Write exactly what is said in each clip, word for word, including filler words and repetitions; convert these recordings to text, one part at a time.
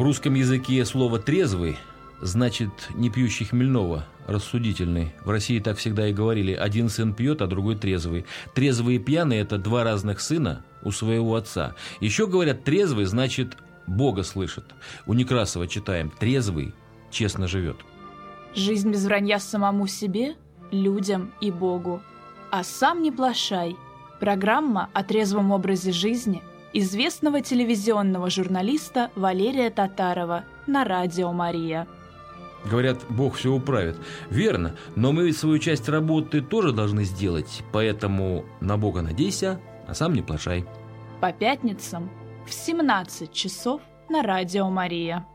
В русском языке слово «трезвый» значит не пьющий хмельного, рассудительный. В России так всегда и говорили: один сын пьет, а другой трезвый. Трезвый и пьяный – это два разных сына у своего отца. Еще говорят, трезвый значит Бога слышит. У Некрасова читаем: трезвый честно живет. Жизнь без вранья самому себе, людям и Богу. А сам не плашай. Программа о трезвом образе жизни известного телевизионного журналиста Валерия Татарова на Радио Мария. Говорят, Бог все управит. Верно, но мы ведь свою часть работы тоже должны сделать. Поэтому на Бога надейся, а сам не плашай. По пятницам в семнадцать часов на Радио Мария.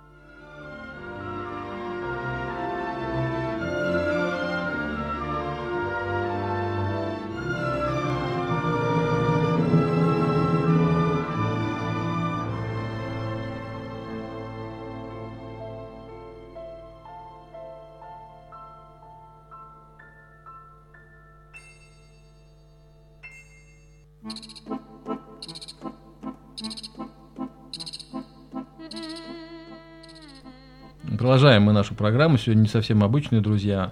Продолжаем мы нашу программу. Сегодня не совсем обычные друзья.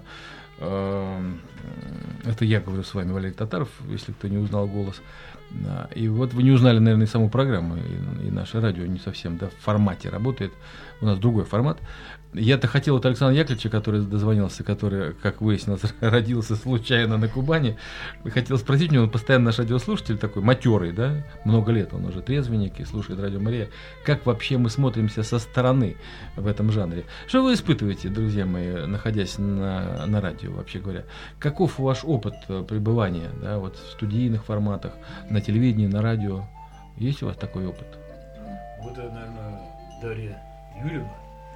Это я говорю с вами, Валерий Татаров, если кто не узнал голос. И вот вы не узнали, наверное, и саму программу, и, и наше радио не совсем да, в формате работает. У нас другой формат. Я-то хотел от Александра Яковлевича, который дозвонился, который, как выяснилось, родился случайно на Кубани, хотел спросить у него, он постоянно наш радиослушатель такой, матерый, да, много лет он уже трезвенник и слушает Радио Мария, как вообще мы смотримся со стороны в этом жанре. Что вы испытываете, друзья мои, находясь на, на радио, вообще говоря? Каков ваш опыт пребывания, да, вот в студийных форматах, на телевидении, на радио? Есть у вас такой опыт? Вот это, наверное, Дарья Юрьевна.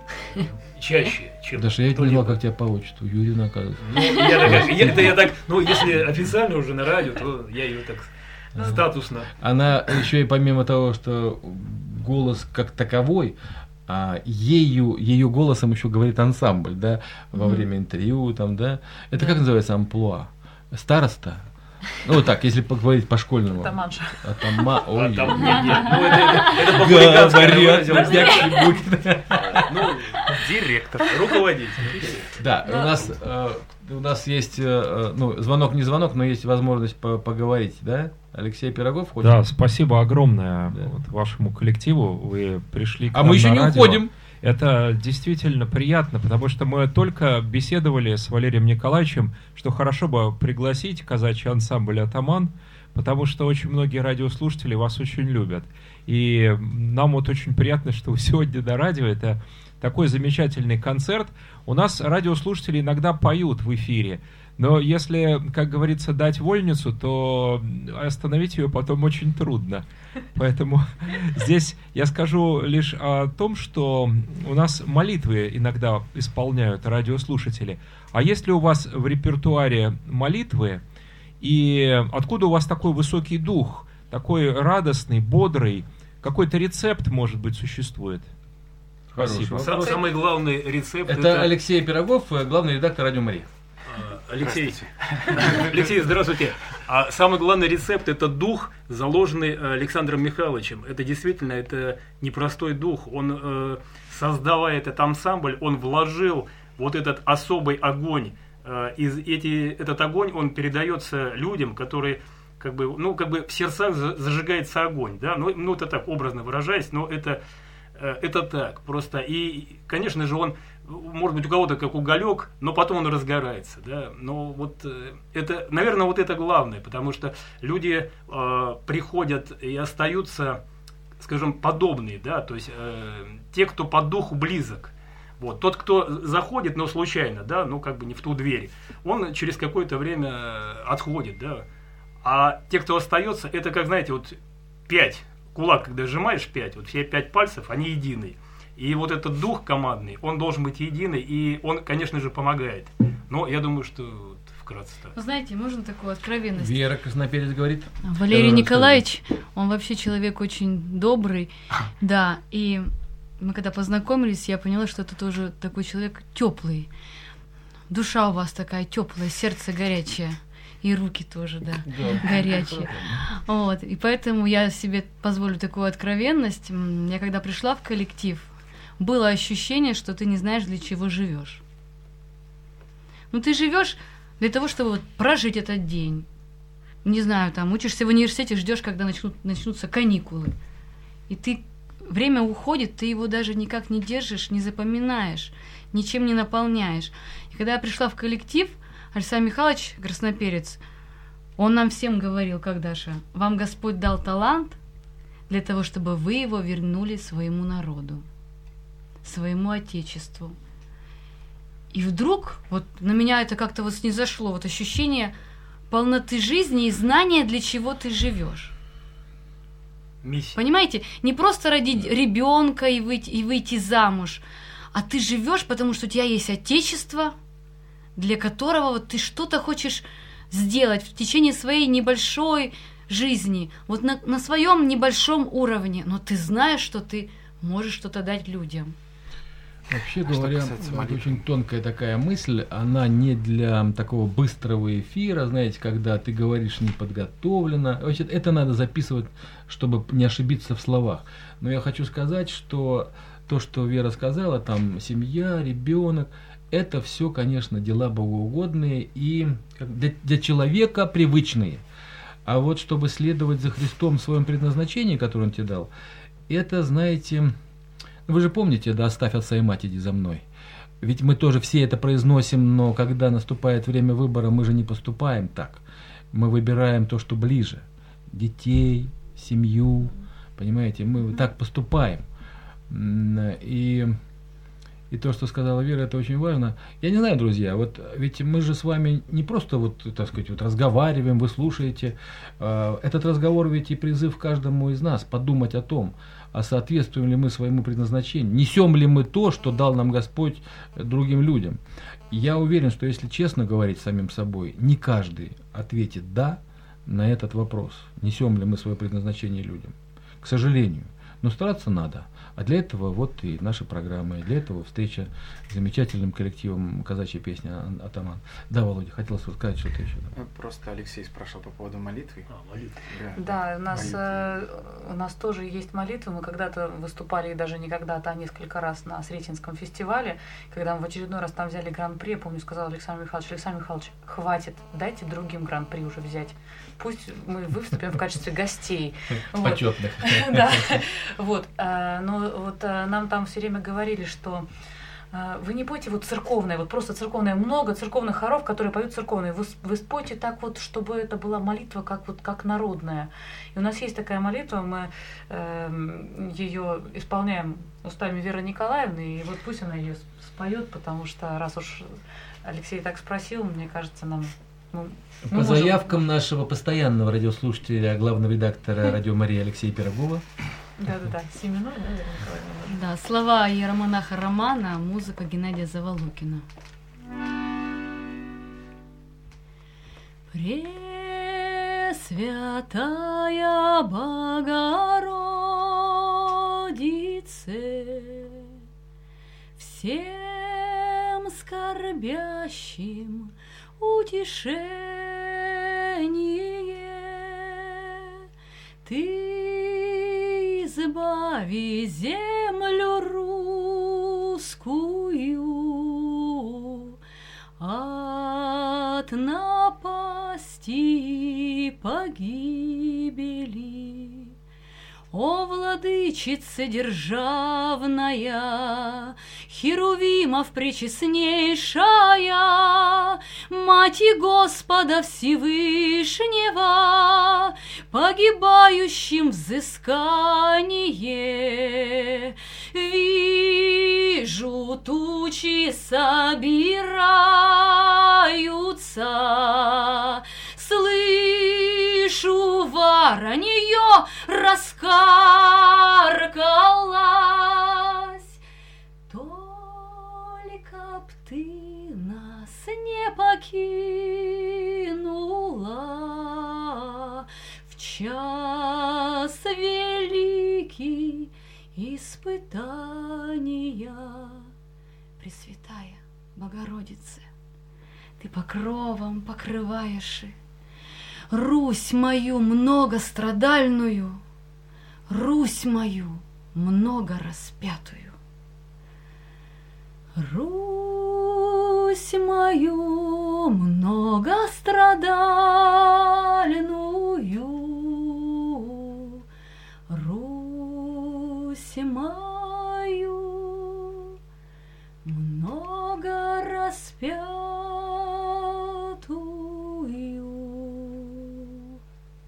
Чаще, чем... Даже я не знал, как тебя по отчеству, Юрьевна, оказывается. Ну, я так, я, это я так, ну, если официально уже на радио, то я ее так статусно. Она еще и помимо того, что голос как таковой, а ею, ее голосом еще говорит ансамбль, да, во mm-hmm. время интервью, там, да. Это да. Как называется амплуа? Староста? Ну, вот так, если поговорить по-школьному. Атаманша. Атама... Ой, там, нет, нет, ну, это, это по-хулигански. Ну, директор. Руководитель. Да, у нас, э, у нас есть, э, ну, звонок не звонок, но есть возможность по поговорить, да? Алексей Пирогов хочет? Да, спасибо огромное да. вот, вашему коллективу. Вы пришли к а нам мы еще на не радио. уходим. Это действительно приятно, потому что мы только беседовали с Валерием Николаевичем, что хорошо бы пригласить казачий ансамбль «Атаман», потому что очень многие радиослушатели вас очень любят. И нам вот очень приятно, что вы сегодня на радио. Это такой замечательный концерт. У нас радиослушатели иногда поют в эфире, но если, как говорится, дать вольницу, то остановить ее потом очень трудно. Поэтому здесь я скажу лишь о том, что у нас молитвы иногда исполняют радиослушатели. А есть ли у вас в репертуаре молитвы? И откуда у вас такой высокий дух, такой радостный, бодрый? Какой-то рецепт, может быть, существует? Спасибо. Сам, самый главный рецепт... Это, это Алексей Пирогов, главный редактор Радио Мария. Алексей, Алексей, здравствуйте. А самый главный рецепт – это дух, заложенный Александром Михайловичем. Это действительно это непростой дух. Он, э, создавая этот ансамбль, он вложил вот этот особый огонь. Э, из эти, этот огонь, он передается людям, которые, как бы, ну, как бы в сердцах зажигается огонь. Да? Ну, ну, это так, образно выражаясь, но это, э, это так просто. И, конечно же, он... Может быть, у кого-то как уголек, но потом он разгорается, да. Но вот это, наверное, вот это главное, потому что люди э, приходят и остаются, скажем, подобные, да, то есть э, те, кто по духу близок. Вот тот, кто заходит, но случайно, да, ну как бы не в ту дверь, он через какое-то время отходит, да. А те, кто остается, это как, знаете, вот пять кулак, когда сжимаешь пять, вот все пять пальцев, они единые. И вот этот дух командный, он должен быть единый, и он, конечно же, помогает. Но я думаю, что вот, вкратце так. Вы знаете, можно такую откровенность? Вера Красноперец говорит. Валерий Николаевич, он вообще человек очень добрый, да, и мы когда познакомились, я поняла, что это тоже такой человек теплый. Душа у вас такая теплая, сердце горячее. И руки тоже, да, да. горячие. Вот. И поэтому я себе позволю такую откровенность. Я когда пришла в коллектив, было ощущение, что ты не знаешь, для чего живешь. Ну, ты живешь для того, чтобы вот прожить этот день. Не знаю, там, учишься в университете, ждешь, когда начнут, начнутся каникулы. И ты, время уходит, ты его даже никак не держишь, не запоминаешь, ничем не наполняешь. И когда я пришла в коллектив, Александр Михайлович Красноперец, он нам всем говорил, как, Даша, вам Господь дал талант для того, чтобы вы его вернули своему народу, своему Отечеству. И вдруг вот на меня это как-то вот снизошло, вот ощущение полноты жизни и знания, для чего ты живешь. Миссия. Понимаете, не просто родить ребенка и выйти, и выйти замуж, а ты живешь, потому что у тебя есть Отечество, для которого вот ты что-то хочешь сделать в течение своей небольшой жизни, вот на, на своем небольшом уровне, но ты знаешь, что ты можешь что-то дать людям. Вообще А говоря, это очень тонкая такая мысль, она не для такого быстрого эфира, знаете, когда ты говоришь неподготовленно. Вообще, это надо записывать, чтобы не ошибиться в словах. Но я хочу сказать, что то, что Вера сказала, там семья, ребенок, это все, конечно, дела богоугодные и для, для человека привычные. А вот чтобы следовать за Христом в своем предназначении, которое Он тебе дал, это, знаете... Вы же помните, да, оставь отца и мать, иди за мной. Ведь мы тоже все это произносим, но когда наступает время выбора, мы же не поступаем так. Мы выбираем то, что ближе. Детей, семью, понимаете, мы так поступаем. И, и то, что сказала Вера, это очень важно. Я не знаю, друзья, вот ведь мы же с вами не просто вот, так сказать, вот разговариваем, вы слушаете. Этот разговор ведь и призыв каждому из нас подумать о том, а соответствуем ли мы своему предназначению, несем ли мы то, что дал нам Господь другим людям. Я уверен, что если честно говорить самим собой, не каждый ответит «да» на этот вопрос, несем ли мы свое предназначение людям. К сожалению. Но стараться надо. А для этого вот и наши программы, для этого встреча с замечательным коллективом «Казачья песня» «Атаман». Да, Володя, хотелось сказать что-то еще. Ну, просто Алексей спрашивал по поводу молитвы. А, молитва. Да, Да, у нас, э, у нас тоже есть молитвы. Мы когда-то выступали, и даже не когда-то, а несколько раз на Сретенском фестивале. Когда мы в очередной раз там взяли гран-при, я помню, сказал Александр Михайлович, Александр Михайлович, хватит, дайте другим гран-при уже взять. Пусть мы выступим в качестве гостей. Почетных. Да, вот. Но вот нам там все время говорили, что вы не пойте вот церковное, вот просто церковное, много церковных хоров, которые поют церковные. Вы, вы спойте так вот, чтобы это была молитва как вот как народная. И у нас есть такая молитва, мы э, ее исполняем устами Веры Николаевны, и вот пусть она ее споет, потому что раз уж Алексей так спросил, мне кажется, нам... Ну, По заявкам можем... нашего постоянного радиослушателя, главного редактора «Радио Мария» Алексея Пирогова. Да-да-да, Семенова, да, Вера Николаевна. Да, слова иеромонаха Романа, музыка Геннадия Заволокина. Пресвятая Богородице, всем скорбящим утешение, ты избави землю русскую от напасти и погибели. О, владычица державная, Херувимов пречестнейшая, Мати Господа Всевышнего, погибающим взыскание. Вижу, тучи собираются, слышу, воронье раскаркалась. Только б ты нас не покинула в час великий испытания. Пресвятая Богородице, ты покровом покрываешь Русь мою многострадальную, Русь мою много распятую. Русь мою многострадальную, Русь мою много распятую.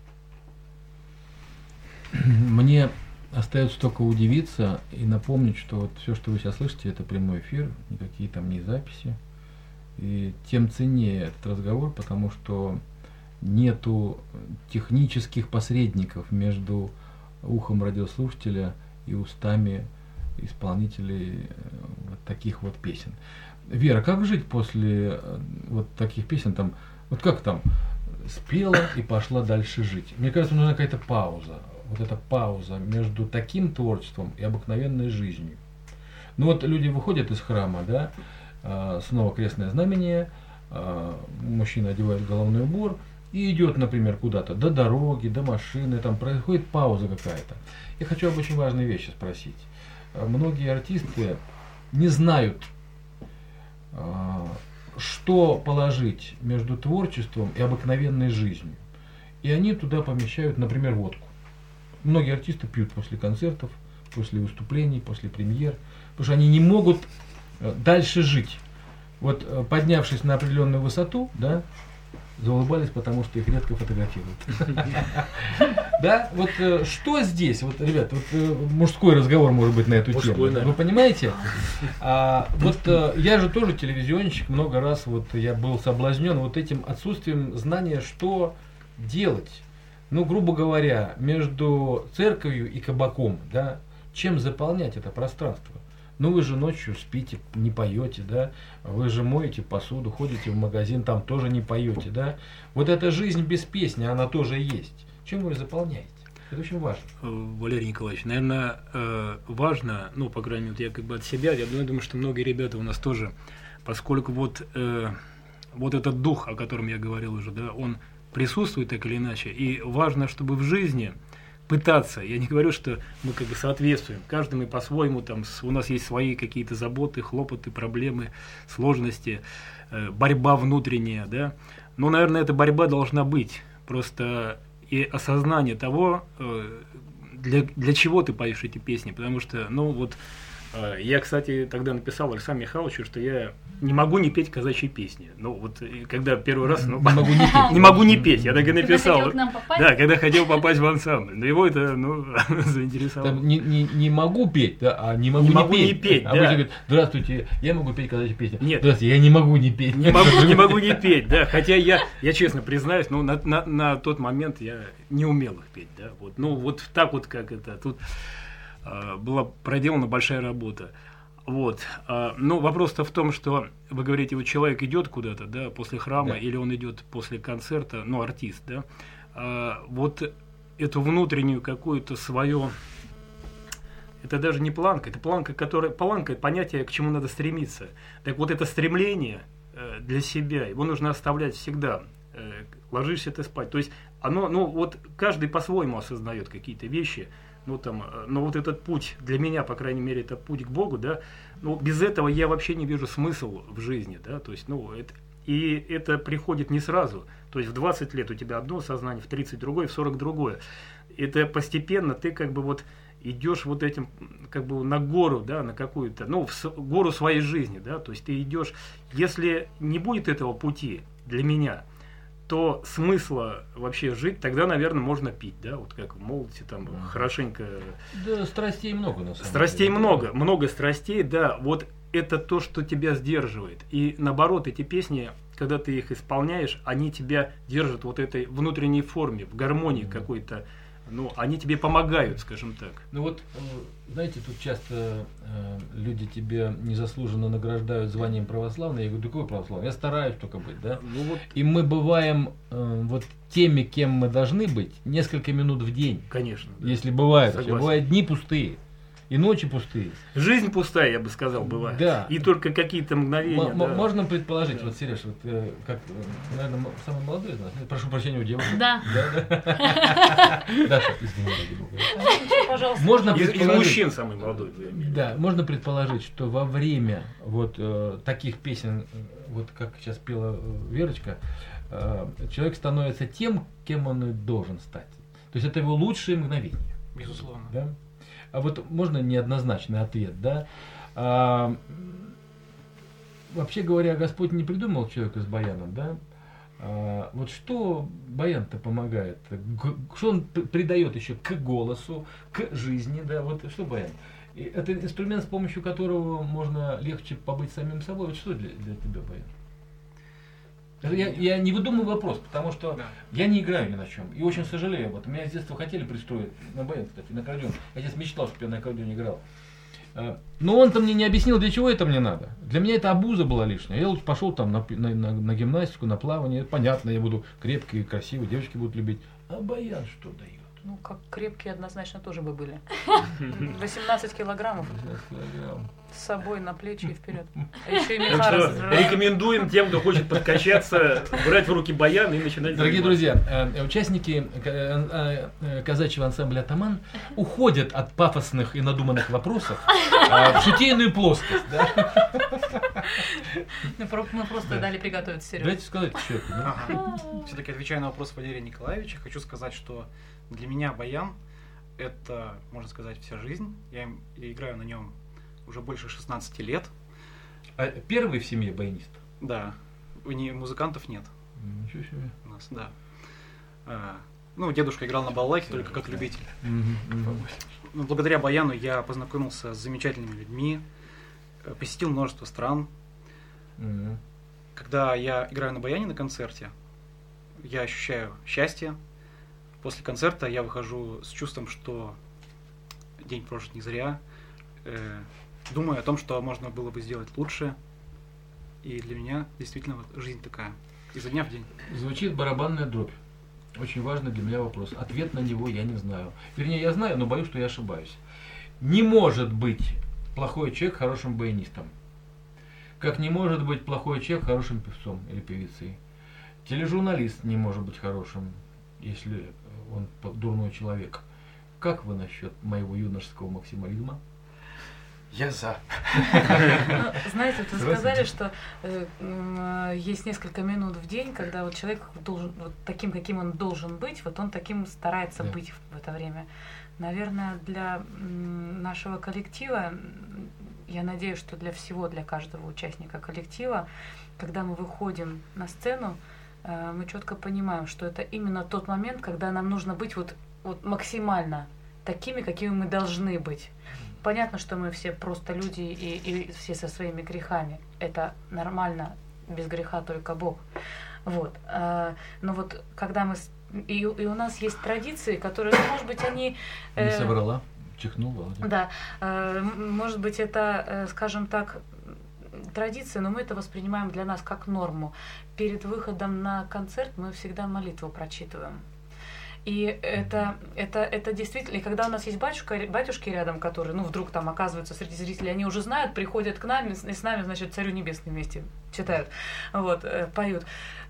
Мне остается только удивиться и напомнить, что вот все, что вы сейчас слышите, это прямой эфир, никакие там не записи. И тем ценнее этот разговор, потому что нету технических посредников между ухом радиослушателя и устами исполнителей вот таких вот песен. Вера, как жить после вот таких песен? Там, вот как там, спела и пошла дальше жить? Мне кажется, нужна какая-то пауза. Вот эта пауза между таким творчеством и обыкновенной жизнью. Ну вот люди выходят из храма, да, снова крестное знамение, мужчина одевает головной убор и идет, например, куда-то, до дороги, до машины, там происходит пауза какая-то. Я хочу об очень важной вещи спросить. Многие артисты не знают, что положить между творчеством и обыкновенной жизнью. И они туда помещают, например, водку. Многие артисты пьют после концертов, после выступлений, после премьер, потому что они не могут дальше жить. Вот поднявшись на определенную высоту, да, заулыбались, потому что их редко фотографируют. Да, вот что здесь, вот, ребят, вот мужской разговор может быть на эту тему. Вы понимаете? Вот я же тоже телевизионщик, много раз вот я был соблазнен вот этим отсутствием знания, что делать. Ну, грубо говоря, между церковью и кабаком, да, чем заполнять это пространство? Ну, вы же ночью спите, не поете, да, вы же моете посуду, ходите в магазин, там тоже не поете, да. Вот эта жизнь без песни, она тоже есть. Чем вы ее заполняете? Это очень важно. Валерий Николаевич, наверное, важно, ну, по крайней мере, я как бы от себя, я думаю, что многие ребята у нас тоже, поскольку вот, вот этот дух, о котором я говорил уже, да, он присутствует так или иначе, и важно, чтобы в жизни пытаться, я не говорю, что мы как бы соответствуем, каждый мы по-своему, там, у нас есть свои какие-то заботы, хлопоты, проблемы, сложности, э, борьба внутренняя, да, но, наверное, эта борьба должна быть, просто и осознание того, э, для, для чего ты поешь эти песни, потому что, ну, вот, э, я, кстати, тогда написал Александру Михайловичу, что я не могу не петь казачьи песни. Ну, вот, когда первый раз... Ну, не, могу не, петь. не могу не петь, я так и написал. Когда хотел к нам попасть? Да, когда хотел попасть в ансамбль. Но его это, ну, заинтересовало. Там не, не, не могу петь, да, а не могу не, не могу петь. Не петь а да. вы говорите, здравствуйте, я могу петь казачьи песни. Нет. Здравствуйте, я не могу не петь. Не могу, не могу не петь, да. Хотя я, я честно признаюсь, ну, на, на, на тот момент я не умел их петь, да. Вот, ну, вот так вот, как это, тут э, была проделана большая работа. Вот. А, ну, вопрос-то в том, что вы говорите, вот человек идет куда-то, да, после храма, да. Или он идет после концерта, ну, артист, да, а, вот эту внутреннюю какую-то свою, это даже не планка, это планка, которая, планка, это понятие, к чему надо стремиться. Так вот, это стремление э, для себя, его нужно оставлять всегда, э, ложишься ты спать, то есть оно, ну, вот каждый по-своему осознает какие-то вещи. Ну, там, но вот этот путь, для меня, по крайней мере, это путь к Богу, да, ну, без этого я вообще не вижу смысла в жизни, да, то есть, ну, это, и это приходит не сразу, то есть в двадцать лет у тебя одно сознание, в тридцать другое, в сорок другое, это постепенно ты как бы вот идешь вот этим, как бы на гору, да, на какую-то, ну, в гору своей жизни, да, то есть ты идешь, если не будет этого пути для меня, то смысла вообще жить, тогда, наверное, можно пить, да, вот как в молодости, там, mm. хорошенько... Да, страстей много, на самом деле. Страстей много, много страстей, да, вот это то, что тебя сдерживает. И наоборот, эти песни, когда ты их исполняешь, они тебя держат вот этой внутренней форме, в гармонии mm. какой-то, ну, они тебе помогают, скажем так. Ну вот, знаете, тут часто э, люди тебя незаслуженно награждают званием православного. Я говорю, какой православный? Я стараюсь только быть, да? Ну, вот. И мы бываем э, вот теми, кем мы должны быть, несколько минут в день. Конечно. Да. Если бывает. Согласен. Бывают дни пустые. и ночи пустые. Жизнь пустая, я бы сказал, бывает. Да. И только какие-то мгновения. М- да. Можно предположить, да. Вот, Сереж, вот, э, как, э, наверное, самый молодой из нас, прошу прощения у девушек. Да. Даша, извини, ради бога. Пожалуйста. Можно Из, из предположить, мужчин самый молодой. да, можно предположить, что во время вот э, таких песен, э, вот как сейчас пела э, Верочка, э, человек становится тем, кем он и должен стать. То есть это его лучшие мгновения. Безусловно. Да? А вот можно неоднозначный ответ, да? А, вообще говоря, Господь не придумал человека с баяном, да? А, вот что баян-то помогает? Г- Что он п- придает еще к голосу, к жизни, да? Вот что баян? И это инструмент, с помощью которого можно легче побыть самим собой. Вот что для, для тебя баян? Это Я, я не выдумываю вопрос, потому что Да. я не играю ни на чем. И очень сожалею об этом. Меня с детства хотели пристроить на баян, кстати, на аккордеон. Я сейчас мечтал, чтобы я на аккордеоне играл. А, Но он-то мне не объяснил, для чего это мне надо. Для меня это обуза была лишняя. Я лучше пошел там на, пи- на, на- на гимнастику, на плавание. Понятно, я буду крепкий, красивый, девочки будут любить. А баян что дает? Ну, как крепкие однозначно тоже бы были. восемнадцать килограммов пятьдесят килограмм. с собой на плечи и вперед. А еще и Так Михара что зазвала. рекомендуем тем, кто хочет подкачаться, брать в руки баян и начинать. Дорогие заниматься. друзья, э, участники э, э, э, казачьего ансамбля «Атаман» уходят от пафосных и надуманных вопросов э, в шутейную плоскость. Да? Мы про- мы просто дали приготовиться, Серега. Дайте сказать человеку. да? Ага. Все-таки отвечая на вопрос Валерия Николаевича, хочу сказать, что для меня баян — это, можно сказать, вся жизнь. Я, им- я играю на нем уже больше шестнадцати лет. А первый в семье баянист? Да, у не, музыкантов нет Ничего себе. у нас, да. А, ну, дедушка играл на балалайке только как любитель. Мгм, мгм. Но благодаря баяну я познакомился с замечательными людьми, э, посетил множество стран. Мгм. Когда я играю на баяне на концерте, я ощущаю счастье. После концерта я выхожу с чувством, что день прожит не зря. Э, думаю о том, что можно было бы сделать лучше. И для меня действительно вот жизнь такая. Изо дня в день. Звучит барабанная дробь. Очень важный для меня вопрос. Ответ на него я не знаю. Вернее, я знаю, но боюсь, что я ошибаюсь. Не может быть плохой человек хорошим баянистом. Как не может быть плохой человек хорошим певцом или певицей. Тележурналист не может быть хорошим, если он п- дурной человек. Как вы насчет моего юношеского максимализма? Я за. Ну, знаете, вот вы Здравствуйте. сказали, что э, м, э, есть несколько минут в день, когда вот человек должен, вот таким, каким он должен быть, вот он таким старается Да. быть в, в это время. Наверное, для м, нашего коллектива, м, я надеюсь, что для всего, для каждого участника коллектива, когда мы выходим на сцену, э, мы четко понимаем, что это именно тот момент, когда нам нужно быть вот, вот максимально такими, какими мы должны быть. Понятно, что мы все просто люди и, и все со своими грехами. Это нормально, без греха только Бог. Вот. а, Но вот когда мы... с- И, и у нас есть традиции, которые, ну, может быть, они... Не э, соврала, чихнула. да? Да, э, м- может быть, это, э, скажем так, традиция, но мы это воспринимаем для нас как норму. Перед выходом на концерт мы всегда молитву прочитываем. И это, это, это действительно, и когда у нас есть батюшка, батюшки рядом, которые, ну, вдруг там оказываются среди зрителей, они уже знают, приходят к нам, и с и с нами, значит, Царю Небесный вместе читают, вот, э, поют.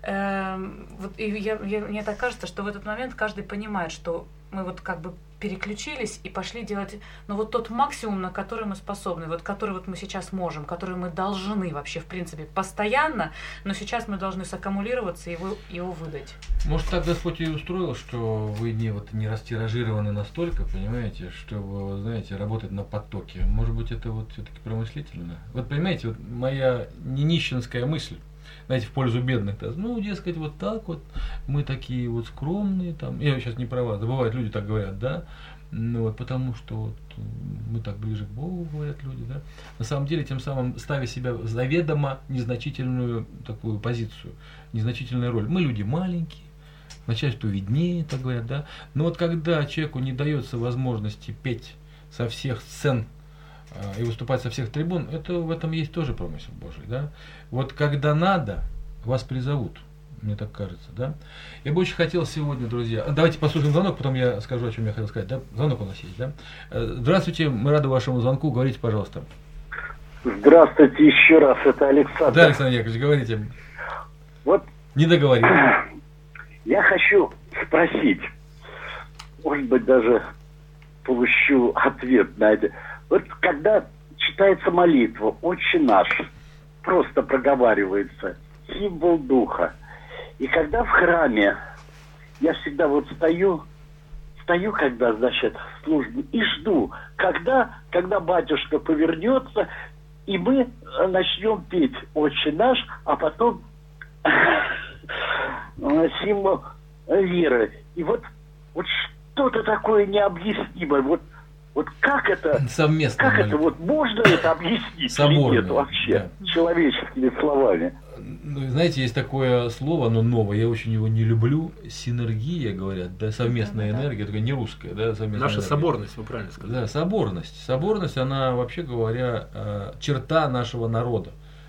Эм, вот, и я, я, мне так кажется, что в этот момент каждый понимает, что мы вот как бы переключились и пошли делать, ну, вот тот максимум, на который мы способны, вот который вот мы сейчас можем, который мы должны вообще, в принципе, постоянно, но сейчас мы должны саккумулироваться и его, его выдать. Может, так Господь и устроил, что вы не, вот, не растиражированы настолько, понимаете, чтобы, вот, знаете, работать на потоке. Может быть, это вот все-таки промыслительно. Вот, понимаете, вот моя не нищенская мысль, знаете, в пользу бедных. Да, ну, дескать, вот так вот, мы такие вот скромные, там, я сейчас не про вас, да, бывает, люди так говорят, да, ну, вот, потому что вот, мы так ближе к Богу, говорят люди, да. На самом деле, тем самым ставя себя в заведомо незначительную такую позицию, незначительную роль. Мы люди маленькие, начальству виднее, так говорят, да. Но вот когда человеку не дается возможности петь со всех сцен э, и выступать со всех трибун, это в этом есть тоже промысел Божий, да. Вот когда надо, вас призовут мне так кажется, да. Я бы очень хотел сегодня, друзья, давайте послушаем звонок, потом я скажу, о чем я хотел сказать, да. Звонок у нас есть, да. Здравствуйте, мы рады вашему звонку, говорите, пожалуйста. Здравствуйте еще раз, это Александр. Да, Александр Яковлевич, говорите. Вот не договорил. Я хочу спросить, может быть, даже получу ответ на это. Вот когда читается молитва «Отче наш», просто проговаривается символ духа. И когда в храме я всегда вот стою, стою, когда, значит, в службе, и жду, когда, когда батюшка повернется, и мы начнем петь «Отче наш», а потом символ веры. И вот, вот что-то такое необъяснимое. Вот, вот как это, совместно как это, вот можно это объяснить или нет вообще, да, человеческими словами? Ну, знаете, есть такое слово, оно новое, я очень его не люблю. Синергия, говорят, да, совместная да, энергия, да. Такая не русская, да, совместная Наша энергия. Соборность, вы правильно сказали. Да, соборность. Соборность, она, вообще говоря, черта нашего народа.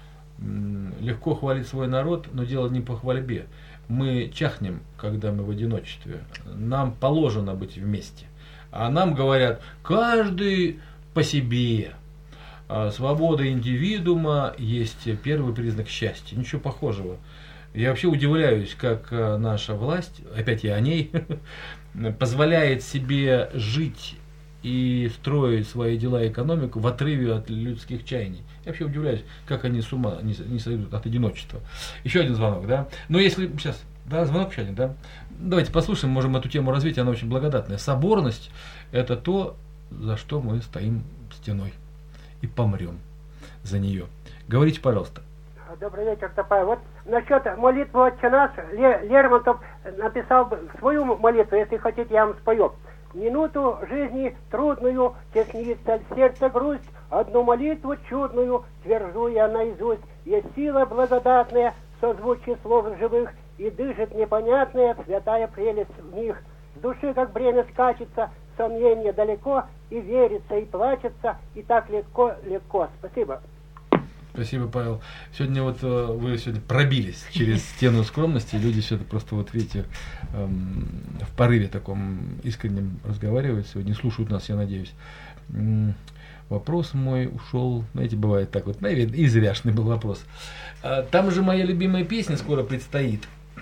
Легко хвалить свой народ, но дело не по хвальбе. Мы чахнем, когда мы в одиночестве. Нам положено быть вместе. А нам говорят, каждый по себе. Свобода индивидуума есть первый признак счастья. Ничего похожего. Я вообще удивляюсь, как наша власть, опять я о ней, позволяет себе жить и строить свои дела и экономику в отрыве от людских чаяний. Я вообще удивляюсь, как они с ума не, не сойдут от одиночества. Еще один звонок, да? Но если сейчас, да, звонок еще один, да? Давайте послушаем, можем эту тему развить, она очень благодатная. Соборность – это то, за что мы стоим стеной и помрем за нее. Говорите, пожалуйста. Добрый вечер, Топай. Вот насчет молитвы «Отче наш» Лермонтов написал свою молитву, если хотите, я вам спою. Минуту жизни трудную теснится сердце грусть, одну молитву чудную твержу я наизусть. Есть сила благодатная, созвучие слов живых, и дышит непонятная святая прелесть в них. С души как бремя скачется, сомнение далеко, и верится, и плачется, и так легко, легко. Спасибо. Спасибо, Павел. Сегодня вот вы сегодня пробились через стену скромности, люди все-таки просто вот видите эм, в порыве таком искреннем разговаривают сегодня, слушают нас, я надеюсь. М-м, вопрос мой ушел, знаете, бывает так вот, наверное, и зряшный был вопрос. А, там же моя любимая песня скоро предстоит.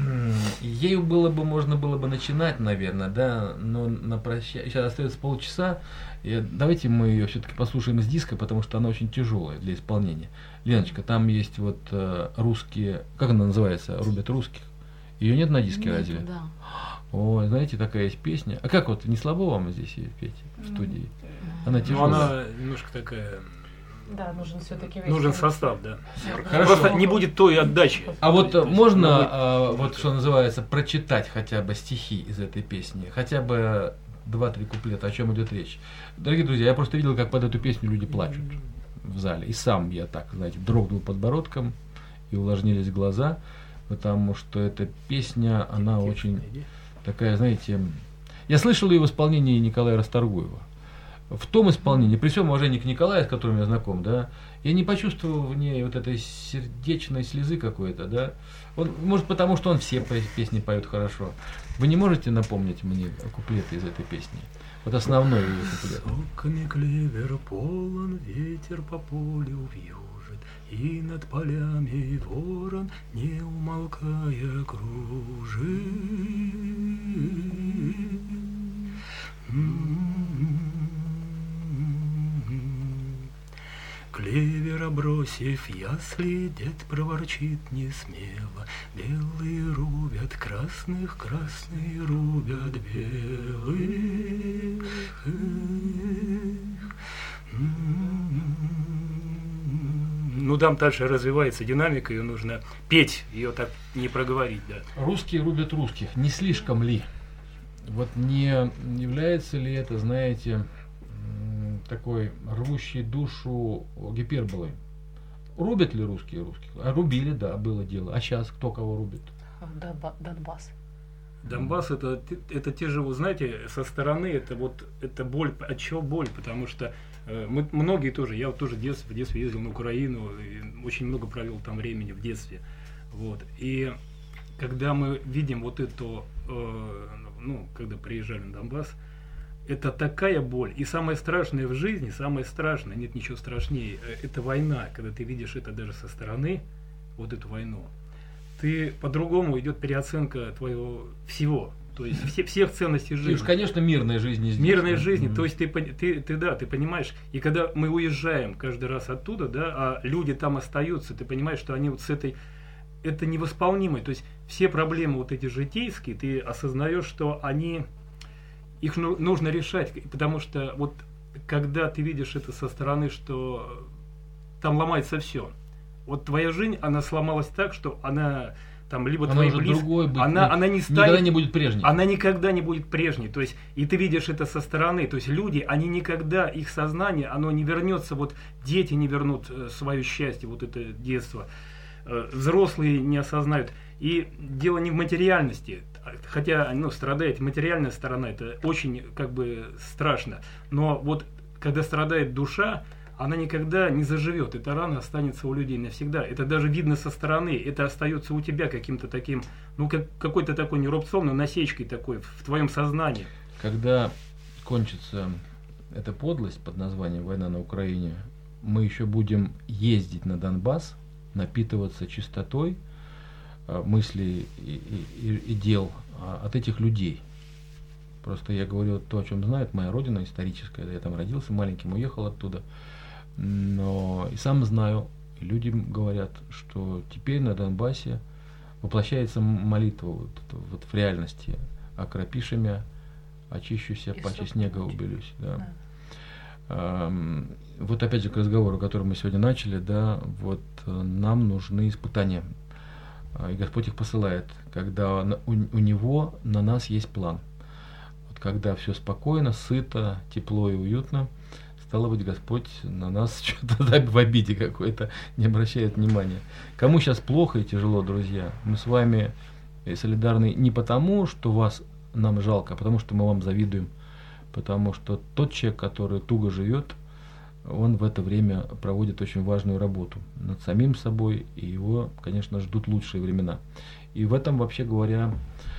Ею было бы, можно было бы начинать, наверное, да, но на прощание, сейчас остается полчаса, и давайте мы ее все-таки послушаем с диска, потому что она очень тяжелая для исполнения. Леночка, там есть вот э, русские, как она называется, рубят русских, ее нет на диске? Нет, разве? Да. Ой, знаете, такая есть песня. А как вот, не слабо вам здесь ее петь в студии? Она тяжелая. Ну, она немножко такая... Да, нужен все-таки нужен состав, да. Хорошо. Просто не будет той отдачи. А вот есть, можно, будет... а, вот что называется, прочитать хотя бы стихи из этой песни, хотя бы два-три куплета, о чем идет речь. Дорогие друзья, я просто видел, как под эту песню люди плачут в зале. И сам я так, знаете, дрогнул подбородком и увлажнились глаза, потому что эта песня, она очень такая, знаете... Я слышал ее в исполнении Николая Расторгуева. В том исполнении, при всем уважении к Николаю, с которым я знаком, да, я не почувствовал в ней вот этой сердечной слезы какой-то, да. Он, может, потому что он все песни поет хорошо. Вы не можете напомнить мне куплеты из этой песни? Вот основной ее куплет. Соками клевер полон, ветер по полю вьюжит, и над полями ворон, не умолкая, кружит. Клевера бросив ясли, дед проворчит несмело: белые рубят красных, красные рубят белых. Ну, там дальше развивается динамика, ее нужно петь, ее так не проговорить, да. Русские рубят русских, не слишком ли? Вот не является ли это, знаете, такой рвущей душу гиперболой? Рубят ли русские русских? А рубили, да, было дело. А сейчас кто кого рубит? Донбасс. Донбасс это, это те же, вы знаете, со стороны это вот это боль. От чего боль? Потому что э, мы многие тоже, я вот тоже в детстве, в детстве ездил на Украину, и очень много провел там времени в детстве. Вот. И когда мы видим вот эту, ну, когда приезжали на Донбасс, это такая боль. И самое страшное в жизни, самое страшное, нет ничего страшнее, это война. Когда ты видишь это даже со стороны, вот эту войну, ты по-другому идет переоценка твоего всего. То есть все, всех ценностей жизни. И уж, конечно, мирная жизнь здесь. Мирная жизнь. Mm-hmm. То есть ты, ты, ты, да, ты понимаешь, и когда мы уезжаем каждый раз оттуда, да, а люди там остаются, ты понимаешь, что они вот с этой, это невосполнимое. То есть все проблемы вот эти житейские, ты осознаешь, что они, их ну, нужно решать, потому что вот когда ты видишь это со стороны, что там ломается все. Вот твоя жизнь, она сломалась так, что она там либо она твои близкие, быть, она, она не станет, никогда не будет прежней. Она никогда не будет прежней. То есть, и ты видишь это со стороны. То есть люди, они никогда, их сознание, оно не вернется, вот дети не вернут э, свое счастье, вот это детство. Э, взрослые не осознают. И дело не в материальности. Хотя, ну, страдает материальная сторона, это очень как бы страшно. Но вот когда страдает душа, она никогда не заживет. Эта рана останется у людей навсегда. Это даже видно со стороны. Это остается у тебя каким-то таким, ну, как, какой-то такой не рубцом, но насечкой такой в твоем сознании. Когда кончится эта подлость под названием «Война на Украине», мы еще будем ездить на Донбасс, напитываться чистотой э, мыслей и, и, и дел э, от этих людей. Просто я говорю то, о чем знает моя родина историческая. Я там родился маленьким, уехал оттуда. Но и сам знаю, и люди говорят, что теперь на Донбассе воплощается молитва вот, вот в реальности: «Окропишемя, очищуся, паче снега убелюсь». Да. Да. А, вот опять же к разговору, который мы сегодня начали, да, вот нам нужны испытания, и Господь их посылает, когда у, у Него на нас есть план. Вот когда все спокойно, сыто, тепло и уютно, стало быть, Господь на нас что-то в обиде какой-то не обращает внимания. Кому сейчас плохо и тяжело, друзья, мы с вами солидарны не потому, что вас нам жалко, а потому что мы вам завидуем. Потому что тот человек, который туго живет, он в это время проводит очень важную работу над самим собой, и его, конечно, ждут лучшие времена. И в этом, вообще говоря,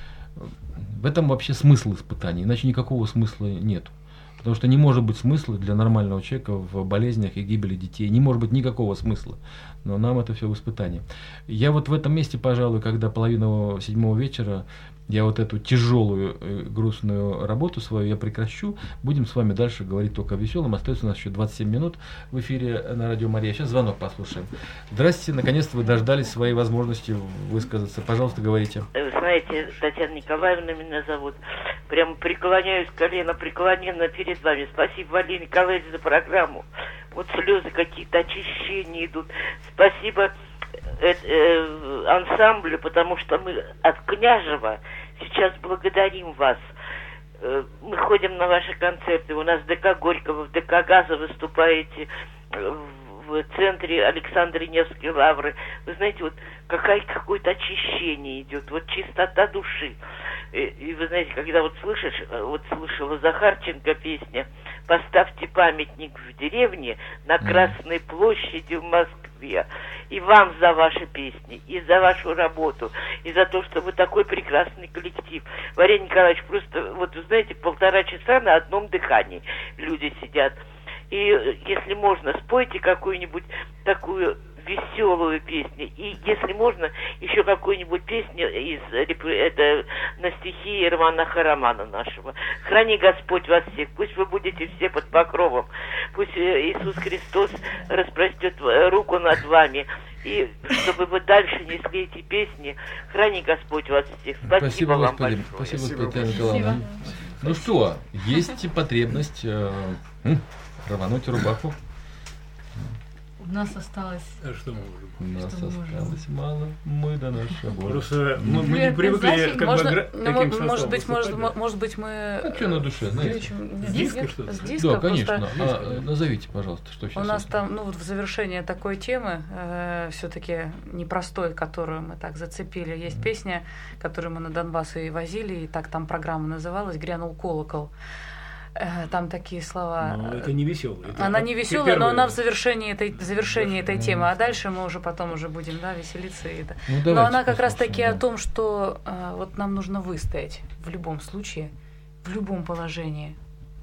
в этом вообще смысл испытаний, иначе никакого смысла нет. Потому что не может быть смысла для нормального человека в болезнях и гибели детей. Не может быть никакого смысла. Но нам это все в испытании. Я вот в этом месте, пожалуй, когда половина седьмого вечера, я вот эту тяжелую, грустную работу свою я прекращу. Будем с вами дальше говорить только о веселом. Остается у нас еще двадцать семь минут в эфире на Радио Мария. Сейчас звонок послушаем. Здравствуйте, наконец-то вы дождались своей возможности высказаться. Пожалуйста, говорите. Вы знаете, Татьяна Николаевна меня зовут. Прямо преклоняюсь колено преклоненно перед вами. Спасибо, Валерий Николаевич, за программу. Вот слезы какие-то, очищения идут. Спасибо э, э, ансамблю, потому что мы от Княжева сейчас благодарим вас. Э, мы ходим на ваши концерты. У нас в ДК Горького, в ДК Газа выступаете, в центре Александра Невской лавры. Вы знаете, вот какая, какое-то очищение идет, вот чистота души. И, и вы знаете, когда вот слышишь, вот слышала Захарченко песня «Поставьте памятник в деревне на Красной площади в Москве». И вам за ваши песни, и за вашу работу, и за то, что вы такой прекрасный коллектив. Валерий Николаевич, просто, вот вы знаете, полтора часа на одном дыхании люди сидят. И если можно, спойте какую-нибудь такую веселую песню. И если можно, еще какую-нибудь песню из, это, на стихи Романа Харамана нашего. Храни Господь вас всех. Пусть вы будете все под покровом. Пусть Иисус Христос распростет руку над вами. И чтобы вы дальше несли эти песни. Храни Господь вас всех. Спасибо, Спасибо вам Господи. большое. Спасибо, Спасибо, Татьяна Николаевна. Ну что, есть потребность э, рвануть рубаху. У нас осталось... А что мы можем? У нас что осталось мало, мы до нашего боя. Просто мы, мы не привыкли знаете, как можно, бы гра- ну, таким может составом быть, выступать. может, может быть, мы... А что на душе, знаете? Включим- С диска что-то? С диска, Да, конечно. просто А, назовите, пожалуйста, что сейчас. У нас это? там, ну вот в завершение такой темы, э, все-таки непростой, которую мы так зацепили, есть Мгм. песня, которую мы на Донбасс и возили, и так там программа называлась «Грянул колокол». Э, Там такие слова. Но это не веселая. Она не веселая, но она в завершении этой, в завершении этой темы. А дальше мы уже потом уже будем, да, веселиться. И это. Ну, но она как раз таки да. о том, что э, вот нам нужно выстоять в любом случае, в любом положении.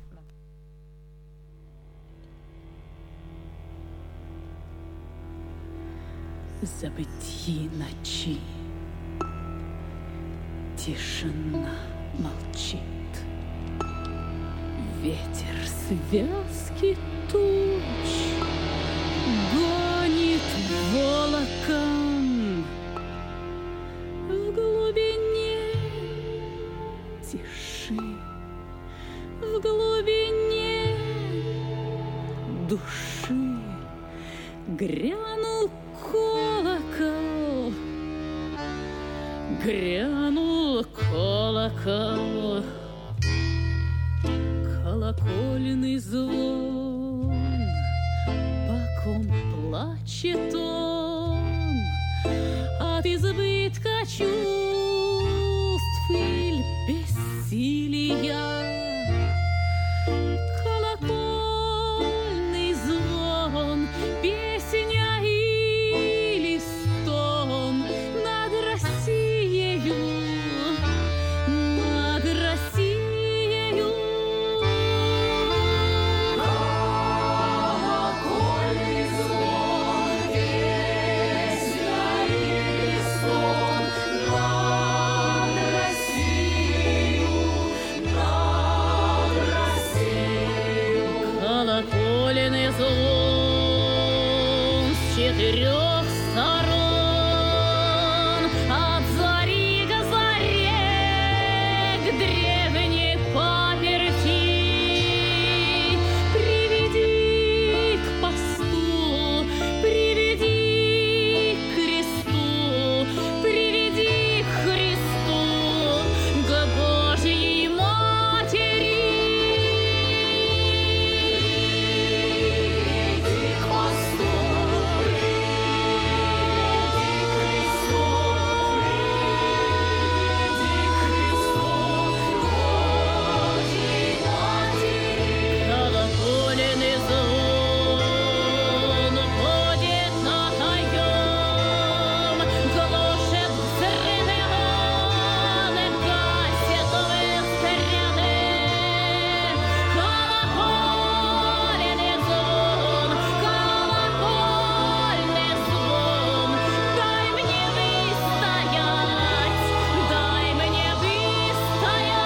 Забытье ночи, тишина молчит, ветер связки туч гонит волоком. В глубине тиши, в глубине души грянул колокол, грянул колокол, колокольный звон, по ком плачет он от избытка чувств или бессилия. Колокольный звон, песня или стон над Россией, над Россией. Колокольный звон, песня или стон над Россией, над Россией. Колокольный звон с четырех сторон, от зари до заре, к древней паперти. Приведи к посту, приведи к кресту, приведи к Христу, к Божьей Матери. Приведи к посту, колокольный звон ходит наем, глушит взрывы, гасит выстрелы. Колокольный звон, колокольный звон, дай мне выстоять, дай мне выстоять.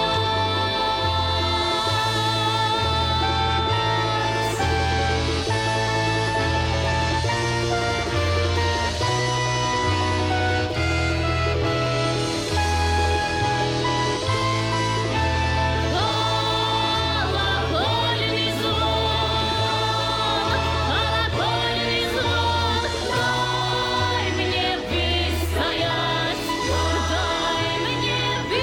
Колокольный звон, колокольный звон, дай мне выстоять, дай мне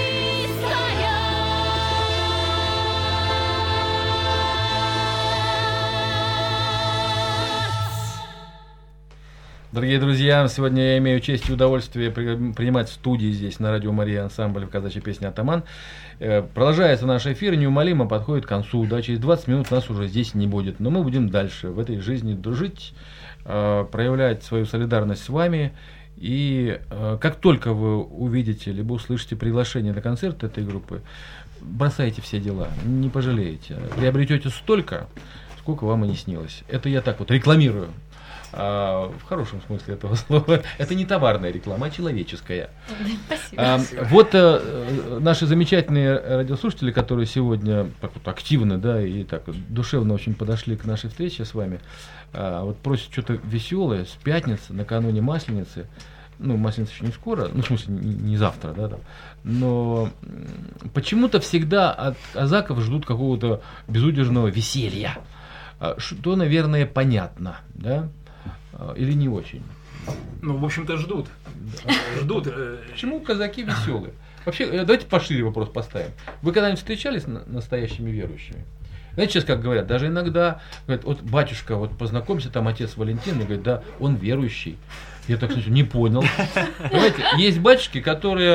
выстоять. Дорогие друзья, сегодня я имею честь и удовольствие при- принимать в студии здесь на радио Мария ансамбль казачья песня «Атаман». Э, Продолжается наш эфир, неумолимо подходит к концу. Да, через двадцать минут нас уже здесь не будет, но мы будем дальше в этой жизни дружить, э, проявлять свою солидарность с вами. И э, как только вы увидите либо услышите приглашение на концерт этой группы, бросайте все дела, не пожалеете. Приобретете столько, сколько вам и не снилось. Это я так вот рекламирую. А, в хорошем смысле этого слова. Это не товарная реклама, а человеческая. Спасибо. А, вот а, наши замечательные радиослушатели, которые сегодня так вот активно, да, и так душевно очень подошли к нашей встрече с вами, а, вот просят что-то веселое с пятницы, накануне Масленицы. Ну, Масленица еще не скоро, ну, в смысле, не, не завтра, да, там. Но почему-то всегда от казаков ждут какого-то безудержного веселья. Что, наверное, понятно, да? Или не очень? Ну, в общем-то, ждут. Ждут. Почему казаки веселые? Вообще, давайте пошире вопрос поставим. Вы когда-нибудь встречались с настоящими верующими? Знаете, сейчас как говорят, даже иногда, говорят, вот батюшка, вот познакомься, там отец Валентин, и говорит, да, он верующий. Я так не понял. Понимаете, есть батюшки, которые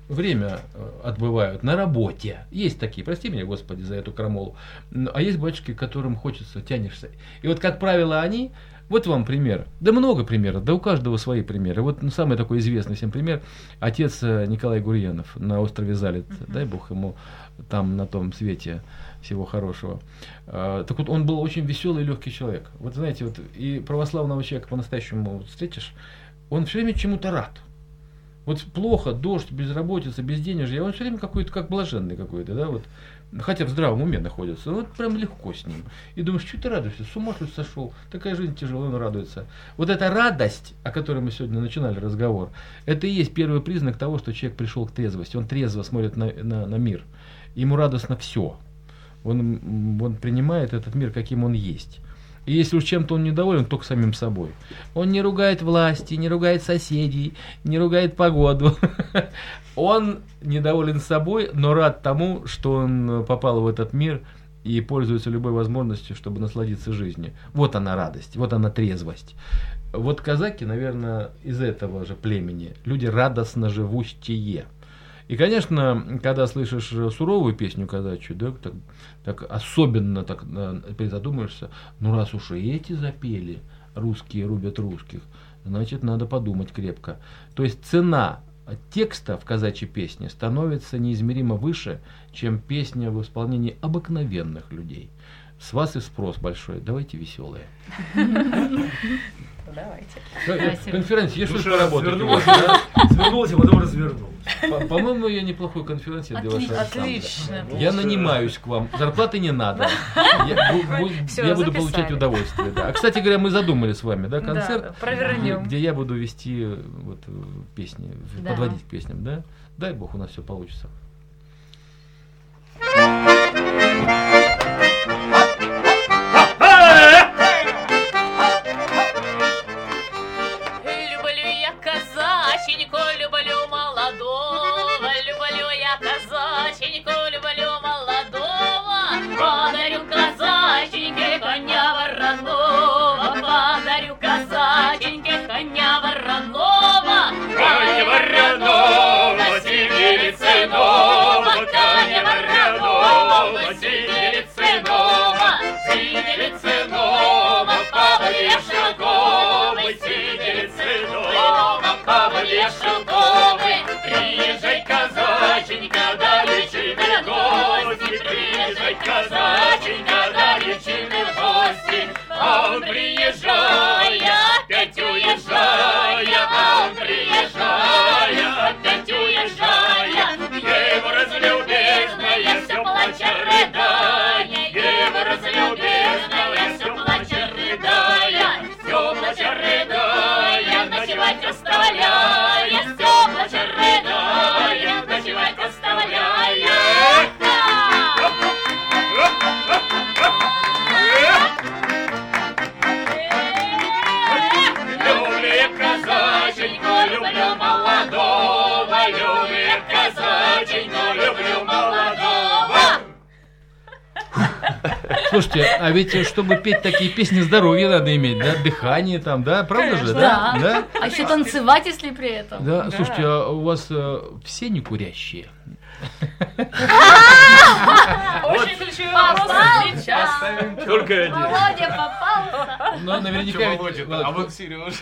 время отбывают на работе. Есть такие, прости меня, Господи, за эту крамолу. А есть батюшки, которым хочется, тянешься. И вот, как правило, они... Вот вам пример. Да много примеров, да у каждого свои примеры. Вот ну, самый такой известный всем пример. Отец Николай Гурьянов на острове Залет. Uh-huh. Дай Бог ему там на том свете всего хорошего. А, так вот, он был очень веселый и легкий человек. Вот знаете, вот и православного человека по-настоящему вот, встретишь, он все время чему-то рад. Вот плохо, дождь, безработица, безденежье, он все время какой-то как блаженный какой-то, да, вот. Хотя в здравом уме находится, вот прям легко с ним. И думаешь, что ты радуешься, с ума что ли сошел, такая жизнь тяжелая, он радуется. Вот эта радость, о которой мы сегодня начинали разговор, это и есть первый признак того, что человек пришел к трезвости, он трезво смотрит на, на, на мир, ему радостно все, он, он принимает этот мир, каким он есть. И если уж чем-то он недоволен, только самим собой. Он не ругает власти, не ругает соседей, не ругает погоду. Он недоволен собой, но рад тому, что он попал в этот мир и пользуется любой возможностью, чтобы насладиться жизнью. Вот она радость, вот она трезвость. Вот казаки, наверное, из этого же племени. Люди радостно живущие. И, конечно, когда слышишь суровую песню казачью, да, так, так особенно так призадумаешься, ну раз уж и эти запели, русские рубят русских, значит, надо подумать крепко. То есть цена текста в казачьей песне становится неизмеримо выше, чем песня в исполнении обыкновенных людей. С вас и спрос большой. Давайте веселые. Давайте. Конференция, есть что поработать. Свернулась, а потом развернулась. По-моему, я неплохой конференция для вашего ансамбля. Отлично. Я нанимаюсь к вам. Зарплаты не надо. Я, Всё, я буду записали. получать удовольствие. Да. А, кстати говоря, мы задумали с вами, да, концерт, Да, провернем. где я буду вести вот, песни, Да. подводить к песням, да? Дай Бог, у нас все получится. Люблю я казаченьку, люблю молодого, люблю я казаченьку, люблю молодого. Подарю казаченьке коня вороного, подарю казаченьке коня вороного. Коня вороного, сиделицы нова, коня вороного, сиделицы нова, сиделицы нова, Павле Шелковой, сиделицы нова, Павле Шелковой. Приезжай, казаченька, да лечины в гости, приезжай, казаченька, да лечины в гости. А он приезжая, опять уезжая, а он приезжая, опять уезжая. Ева разлюбезная, все плача рыдая, Ева разлюбезная, все плача рыдая, все плача рыдая, ночевать оставляя, все плача рыдая, ночевать оставляя. Люблю я казаченьку, люблю молодого, люблю я казаченьку, люблю молодого. Слушайте, а ведь чтобы петь такие песни, здоровье надо иметь, да? Дыхание там, да? Правда же, да? Да. А еще танцевать, если при этом. Да, да. Слушайте, а у вас э, все не курящие? Очень ключевой вопрос сейчас. Только один. Володя попался. Ну, наверняка ведь- Володя, а вот Сережа.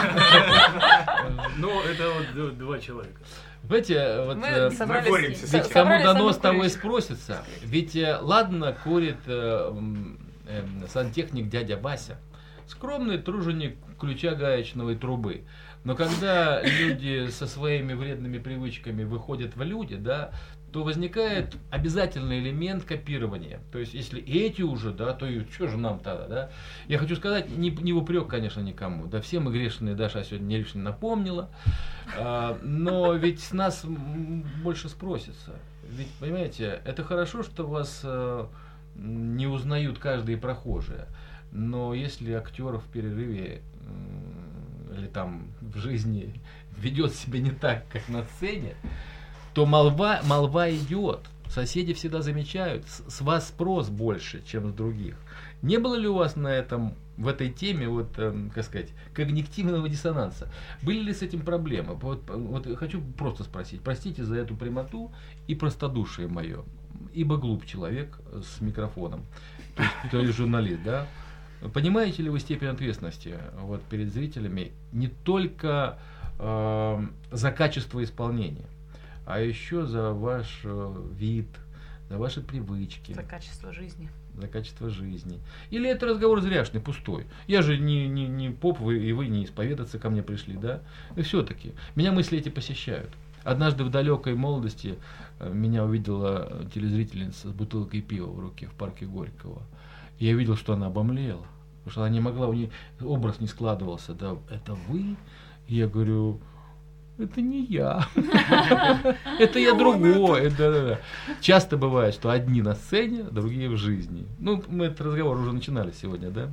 Ну, это вот два человека. Знаете, вот Мы э, собрались- боремся с ведь собрались кому дано, самых с того и курящих. спросится. Ведь э, ладно курит э, м, э, сантехник дядя Бася, скромный труженик ключа гаечного и трубы. Но когда люди со своими вредными привычками выходят в люди, да, то возникает обязательный элемент копирования. То есть, если эти уже, да, то и что же нам тогда, да? Я хочу сказать, не, не в упрек, конечно, никому. Да, все мы грешные, Даша сегодня не лишне напомнила. А, но ведь с нас м, больше спросится. Ведь, понимаете, это хорошо, что вас а, не узнают каждые прохожие. Но если актер в перерыве м, или там в жизни ведет себя не так, как на сцене, то молва, молва идет. Соседи всегда замечают, с, с вас спрос больше, чем с других. Не было ли у вас на этом в этой теме, вот, э, как сказать, когнитивного диссонанса. Были ли с этим проблемы? Вот, вот хочу просто спросить, простите за эту прямоту и простодушие мое, ибо глуп человек с микрофоном, то есть, то есть журналист, да? Понимаете ли вы степень ответственности вот, перед зрителями не только э, за качество исполнения, а еще за ваш э, вид, за ваши привычки. За качество жизни. За качество жизни. Или это разговор зряшный, пустой. Я же не, не, не поп, вы, и вы не исповедаться ко мне пришли, да? И все-таки меня мысли эти посещают. Однажды в далекой молодости меня увидела телезрительница с бутылкой пива в руке в парке Горького. И я видел, что она обомлела. Потому что она не могла, у нее образ не складывался. Да, это вы? И я говорю, это не я. Это я другой. Часто бывает, что одни на сцене, другие в жизни. Ну, мы этот разговор уже начинали сегодня, да?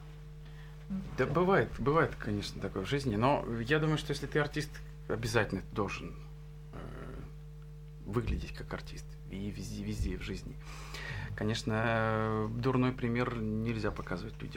Да, бывает, бывает, конечно, такое в жизни. Но я думаю, что если ты артист, обязательно должен выглядеть как артист. И везде, везде в жизни. Конечно, дурной пример нельзя показывать людям.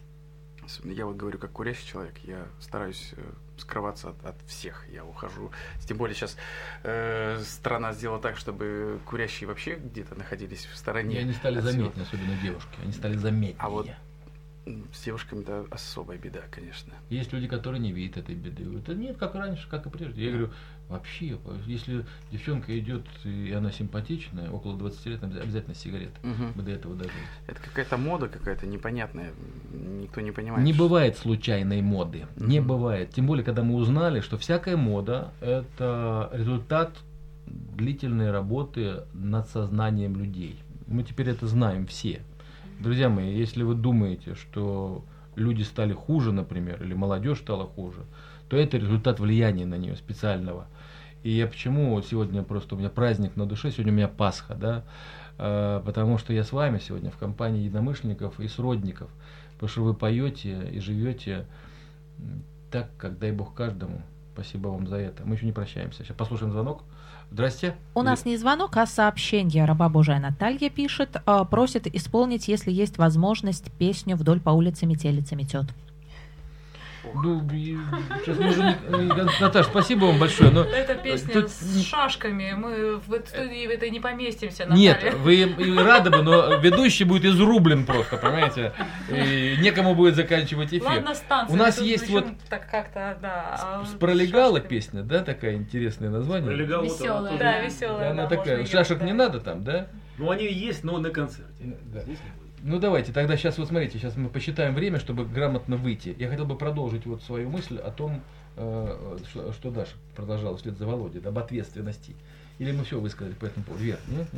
Я вот говорю, как курящий человек, я стараюсь скрываться от, от всех. Я ухожу. Тем более сейчас э, страна сделала так, чтобы курящие вообще где-то находились в стороне. И они стали заметнее, особенно девушки. Они стали заметнее. А вот с девушками это особая беда, конечно. Есть люди, которые не видят этой беды. Это нет, как раньше, как и прежде. Я говорю, вообще, если девчонка идет и она симпатичная, около двадцати лет, обязательно сигарет. Угу. Мы до этого дожили. Это какая-то мода какая-то непонятная. Никто не понимает. Не что... бывает случайной моды. Угу. Не бывает. Тем более, когда мы узнали, что всякая мода – это результат длительной работы над сознанием людей. Мы теперь это знаем все. Друзья мои, если вы думаете, что люди стали хуже, например, или молодежь стала хуже, то это результат влияния на нее специального. И я почему вот сегодня просто у меня праздник на душе, сегодня у меня Пасха, да, а, потому что я с вами сегодня в компании единомышленников и сродников, потому что вы поете и живете так, как дай Бог каждому. Спасибо вам за это. Мы еще не прощаемся. Сейчас послушаем звонок. Здрасте. У нас не звонок, а сообщение. Раба Божия Наталья пишет, просит исполнить, если есть возможность, песню «Вдоль по улице метелица метет». Ну, сейчас мы уже... Наташ, спасибо вам большое. Но это песня тут... с шашками. Мы в этой студии в этой не поместимся, Наталья. Нет, вы рады бы, но ведущий будет изрублен просто, понимаете? И некому будет заканчивать эфир. Ладно, станция. У нас есть вот... Так как-то, да. С пролегала песня, да, такая интересное название? Веселая. Да, веселая. Она такая. Шашек не надо там, да? Ну, они есть, но на концерте. Да. Ну давайте, тогда сейчас вот смотрите, сейчас мы посчитаем время, чтобы грамотно выйти. Я хотел бы продолжить вот свою мысль о том, э, что, что Даша продолжала вслед за Володей, об ответственности. Или мы все высказали по этому поводу? Вера? Нет?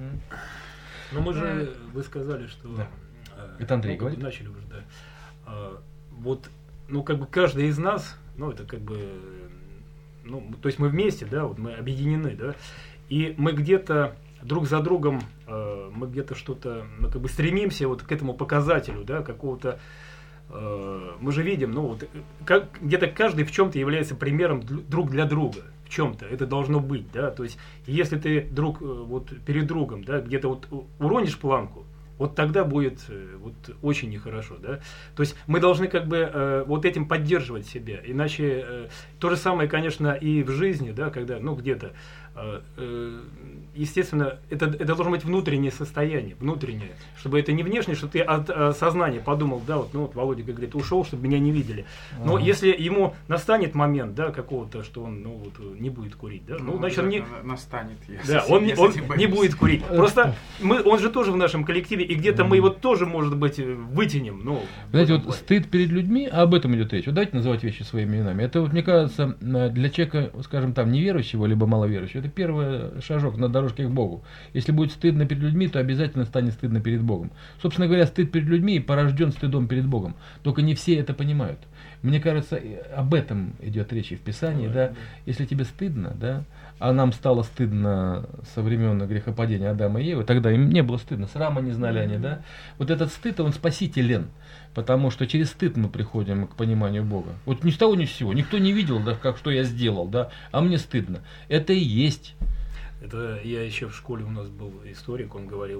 Ну мы же, вы сказали, что... Да. Это Андрей ну, говорит? Начали уже, да. А, вот, ну как бы каждый из нас, ну это как бы, ну то есть мы вместе, да, вот мы объединены, да, и мы где-то друг за другом э, мы где-то что-то, ну, как бы стремимся вот к этому показателю, да, какого-то, э, мы же видим, ну, вот, как, где-то каждый в чем-то является примером друг для друга, в чем-то, это должно быть, да, то есть, если ты друг, вот, перед другом, да, где-то вот уронишь планку, вот тогда будет вот, очень нехорошо, да. То есть мы должны как бы э, вот этим поддерживать себя, иначе э, то же самое, конечно, и в жизни, да, когда, ну, где-то, э, э, естественно, это, это должно быть внутреннее состояние, внутреннее, чтобы это не внешнее, что ты от э, сознания подумал, да, вот, ну, вот Володя говорит, ушел, чтобы меня не видели. Но ага. если ему настанет момент, да, какого-то, что он, ну, вот, не будет курить, да, ну, ну а значит, не настанет. Да, он, не, он не будет курить. Просто мы, он же тоже в нашем коллективе, и где-то мы его тоже, может быть, вытянем. Ну, знаете, вот стыд перед людьми, а об этом идет речь. Вот давайте называть вещи своими именами. Это, вот, мне кажется, для человека, скажем, там, неверующего, либо маловерующего, это первый шажок на дорожке к Богу. Если будет стыдно перед людьми, то обязательно станет стыдно перед Богом. Собственно говоря, стыд перед людьми порожден стыдом перед Богом. Только не все это понимают. Мне кажется, об этом идет речь и в Писании, да, да. Если тебе стыдно, да, а нам стало стыдно со времен грехопадения Адама и Евы, тогда им не было стыдно, срама не знали они, да. Вот этот стыд, он спасителен, потому что через стыд мы приходим к пониманию Бога. Вот ни с того ни с сего, никто не видел, да, как, что я сделал, да, а мне стыдно. Это и есть. Это я еще в школе, у нас был историк, он говорил,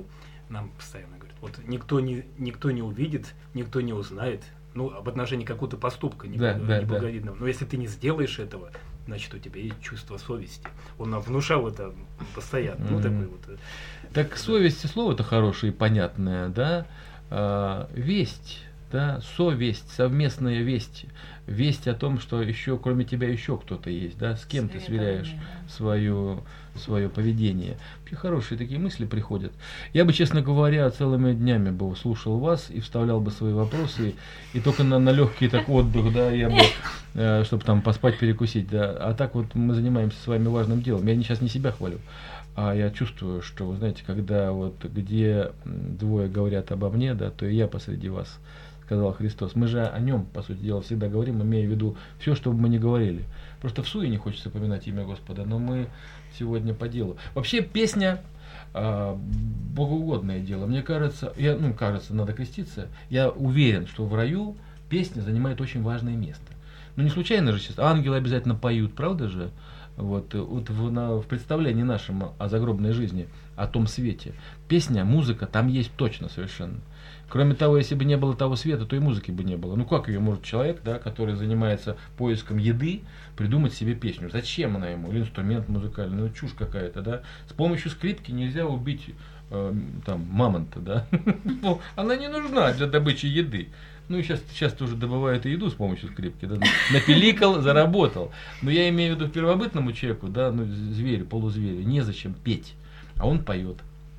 нам постоянно говорят, вот никто не, никто не увидит, никто не узнает, ну, об отношении какого-то поступка Да, да, неблаговидного. Но если ты не сделаешь этого, значит, у тебя есть чувство совести. Он нам внушал это постоянно. Мгм. Ну, такой вот. э, Так совесть слово-то хорошее и понятное, да? А, весть, да, совесть, совместная весть. Весть о том, что еще кроме тебя еще кто-то есть, да, с кем ты сверяешь свое, свое поведение. Вообще хорошие такие мысли приходят. Я бы, честно говоря, целыми днями бы слушал вас и вставлял бы свои вопросы, и только на, на легкий так отдых, да, я бы, э, чтобы там поспать, перекусить, да. А так вот мы занимаемся с вами важным делом. Я сейчас не себя хвалю, а я чувствую, что, вы знаете, когда вот где двое говорят обо мне, да, то и я посреди вас, сказал Христос. Мы же о нем, по сути дела, всегда говорим, имея в виду все, что бы мы ни говорили. Просто в суе не хочется поминать имя Господа, но мы сегодня по делу. Вообще песня э, богоугодное дело. Мне кажется, я, ну, кажется, надо креститься. Я уверен, что в раю песня занимает очень важное место. Ну, не случайно же сейчас ангелы обязательно поют, правда же? Вот, вот в, на, в представлении нашем о загробной жизни, о том свете. Песня, музыка там есть точно совершенно. Кроме того, если бы не было того света, то и музыки бы не было. Ну как ее может человек, да, который занимается поиском еды, придумать себе песню? Зачем она ему? Или инструмент музыкальный? Ну чушь какая-то, да? С помощью скрипки нельзя убить э, там мамонта, да? Она не нужна для добычи еды. Ну и сейчас, сейчас тоже добывают и еду с помощью скрипки. Да? Напиликал, заработал. Но я имею в виду первобытному человеку, да, ну зверю, полузверю, незачем петь. А он поет.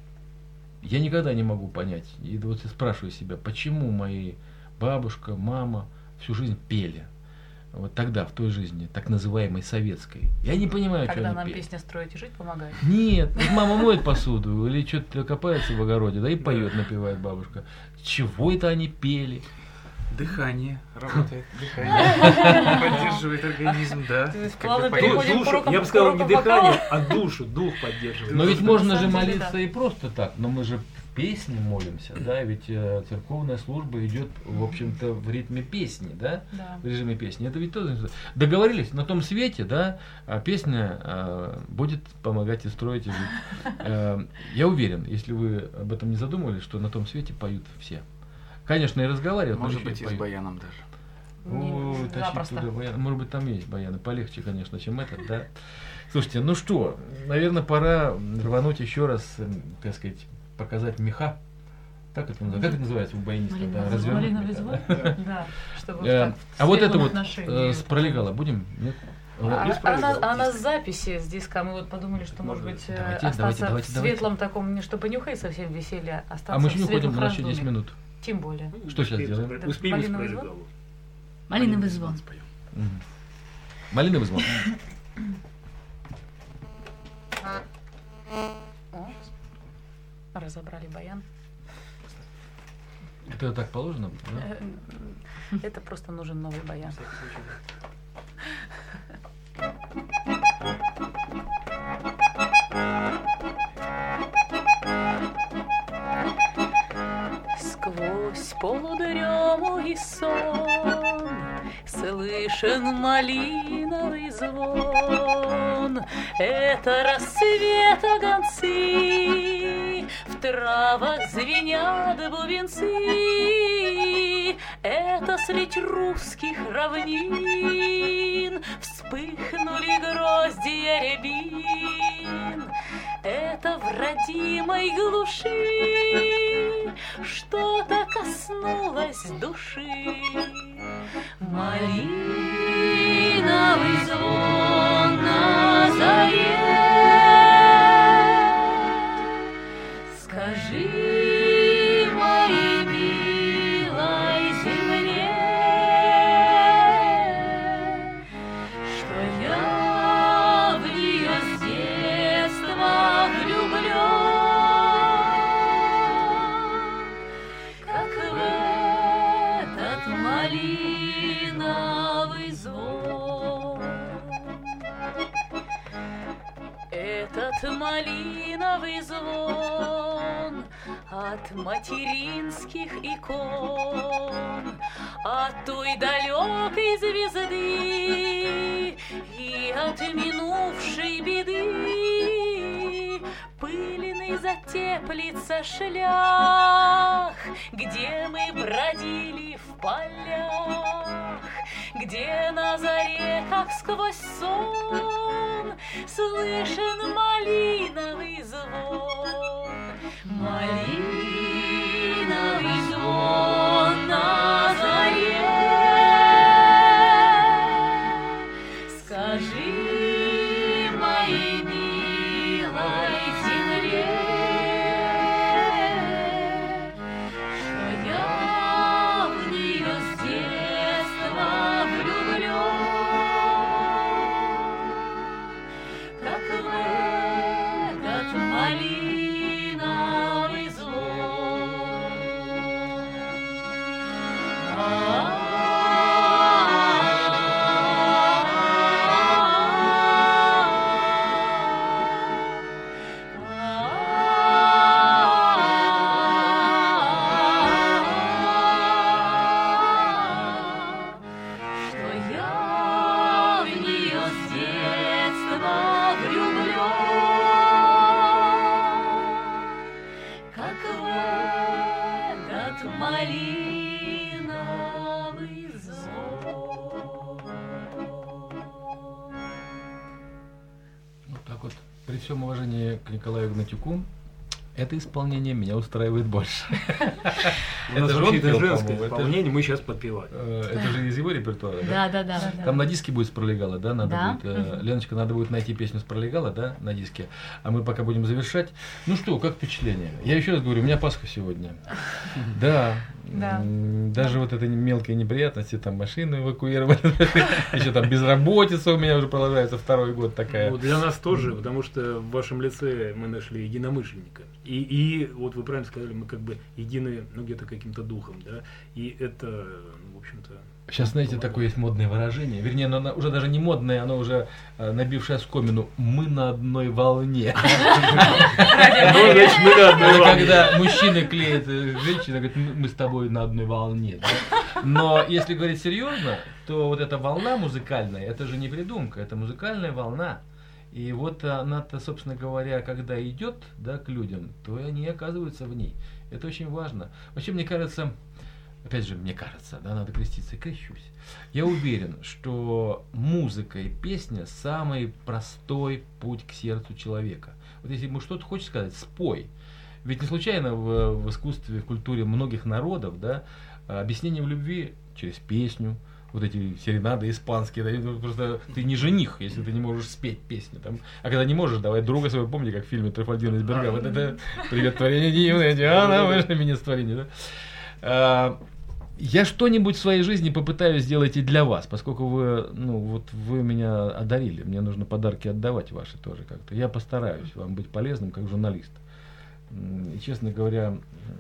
Я никогда не могу понять. И вот я спрашиваю себя, почему мои бабушка, мама всю жизнь пели. Вот тогда, в той жизни, так называемой советской. Я не понимаю, что Когда они нам пели. песня «Строить и жить» помогает. Нет, вот мама моет посуду или что-то копается в огороде, да и поет, напевает бабушка. Чего это они пели? Дыхание работает, дыхание поддерживает организм, да. То есть Когда плавно поешь. переходим Душу, к урокам- я бы к сказал, не урокам дыхание, вокала. а душу, дух поддерживает. Но ведь На можно же самом деле, молиться да. и просто так, но мы же в песне молимся, да, ведь э, церковная служба идет, в общем-то, в ритме песни, да, Да. в режиме песни. Это ведь тоже договорились на том свете, да, а песня э, будет помогать и строить и жить. Э, я уверен, если вы об этом не задумывались, что на том свете поют все. Конечно, и разговаривают, но Может еще и быть, и с поют. баяном даже. О, Не- тащить запросто. туда баян. Может быть, там есть баяны полегче, конечно, чем этот, да. Слушайте, ну что, наверное, пора рвануть еще раз, эм, так сказать, показать меха. Так это называется? Как это называется у баянистов? Да, Малиновый развернуть малиновый меха, звон. да. Да, чтобы Э, так, А вот это светлом вот отношении. э, с пролегала будем? Нет? А, Вот. а на, а на записи с диска мы вот подумали, что может быть э, Давайте, остаться давайте, давайте, в давайте. светлом таком, не чтобы нюхать совсем веселье, а остаться А мы еще в не уходим, светлых у нас еще десять раздумьях. минут. Тем более. Что сейчас делаем? Да, Успеем из малиновый звон? пролегала. Малиновый звон. Мгм. Малиновый звон. О, разобрали баян. Это так положено? Да? Э, Это просто нужен новый баян. Сквозь полудрему и сон слышен малиновый звон. Это рассвета гонцы, в травах звенят бубенцы. Это средь русских равнин вспыхнули гроздья рябин. Это в родимой глуши что-то коснулось души. Малиновый звон на заре. Скажи моей милой земле, что я в нее с детства влюблен, как в этот малиновый звон. Этот малиновый звон от материнских икон, от той далекой звезды и от минувшей беды. Пыльный затеплится шлях, где мы бродили в полях, где на заре, как сквозь сон, слышен малиновый звон, малиновый звон на заре. Скажи моей милой земле, что я в нее с детства влюблен, как в этот малиновый звон. Малиновый звон. Вот так вот, при всем уважении к Николаю Игнатюку, это исполнение меня устраивает больше. У нас вообще это женское исполнение, мы сейчас подпеваем. Это же из его репертуара, да? Да, да, да. Там на диске будет с пролегала, да? Надо да. будет, Леночка, надо будет найти песню с пролегала, да, на диске. А мы пока будем завершать. Ну что, как впечатление? Я еще раз говорю, у меня Пасха сегодня. Да. Да. Даже вот это мелкие неприятности, там машину эвакуировали, еще там безработица у меня уже продолжается второй год такая. Ну, для нас тоже, потому что в вашем лице мы нашли единомышленника. И, и вот вы правильно сказали, мы как бы едины, ну где-то каким-то духом, да, и это, ну, в общем-то... Сейчас, знаете, такое есть модное выражение, вернее, оно уже даже не модное, оно уже э, набившее оскомину. Мы на одной волне. Когда мужчина клеит женщина, говорит, мы с тобой на одной волне. Но если говорить серьезно, то вот эта волна музыкальная, это же не придумка, это музыкальная волна. И вот она-то, собственно говоря, когда идет, да, к людям, то они оказываются в ней. Это очень важно. Вообще, мне кажется, опять же, мне кажется, да, надо креститься, и крещусь. Я уверен, что музыка и песня самый простой путь к сердцу человека. Вот если ему что-то хочешь сказать, спой. Ведь не случайно в, в искусстве, в культуре многих народов, да, объяснение в любви через песню, вот эти серенады испанские, да, просто ты не жених, если ты не можешь спеть песню. Там. А когда не можешь, давай друга своего, помни, как в фильме Труффальдино из Берга, вот это «Привет, творение дивное, Диана, вышли меня с творения». Да? А, я что-нибудь в своей жизни попытаюсь сделать и для вас, поскольку вы, ну, вот вы меня одарили, мне нужно подарки отдавать ваши тоже как-то. Я постараюсь вам быть полезным как журналист. И, честно говоря,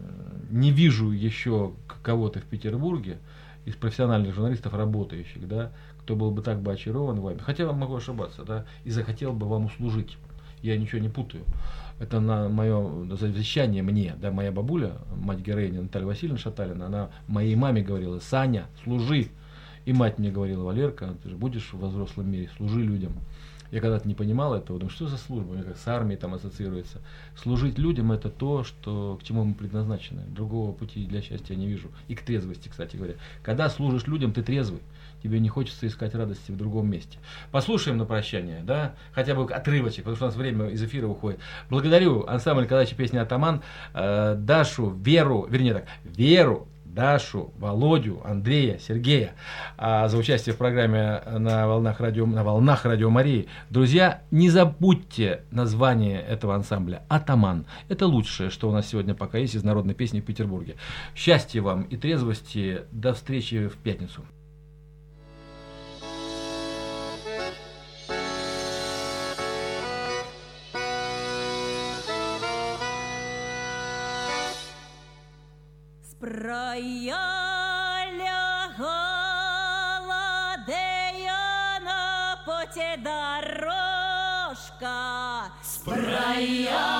не вижу еще кого-то в Петербурге из профессиональных журналистов, работающих, да, кто был бы так бы очарован вами, хотя я могу ошибаться, да, и захотел бы вам услужить. Я ничего не путаю. Это на мое завещание мне, да, моя бабуля, мать героини Наталья Васильевна Шаталина, она моей маме говорила: Саня, служи. И мать мне говорила: Валерка, ты же будешь в взрослом мире, служи людям. Я когда-то не понимал этого, думаю, что за служба, у меня как с армией там ассоциируется. Служить людям — это то, что, к чему мы предназначены. Другого пути для счастья я не вижу. И к трезвости, кстати говоря. Когда служишь людям, ты трезвый. Тебе не хочется искать радости в другом месте. Послушаем на прощание, да, хотя бы отрывочек, потому что у нас время из эфира уходит. Благодарю ансамбль «Казачья песня «Атаман», э, Дашу, Веру, вернее так, Веру, Дашу, Володю, Андрея, Сергея а, за участие в программе на волнах радио, на волнах радио Марии. Друзья, не забудьте название этого ансамбля «Атаман». Это лучшее, что у нас сегодня пока есть из народной песни в Петербурге. Счастья вам и трезвости. До встречи в пятницу. Прая лягала, де я на поте дорожка, спрая.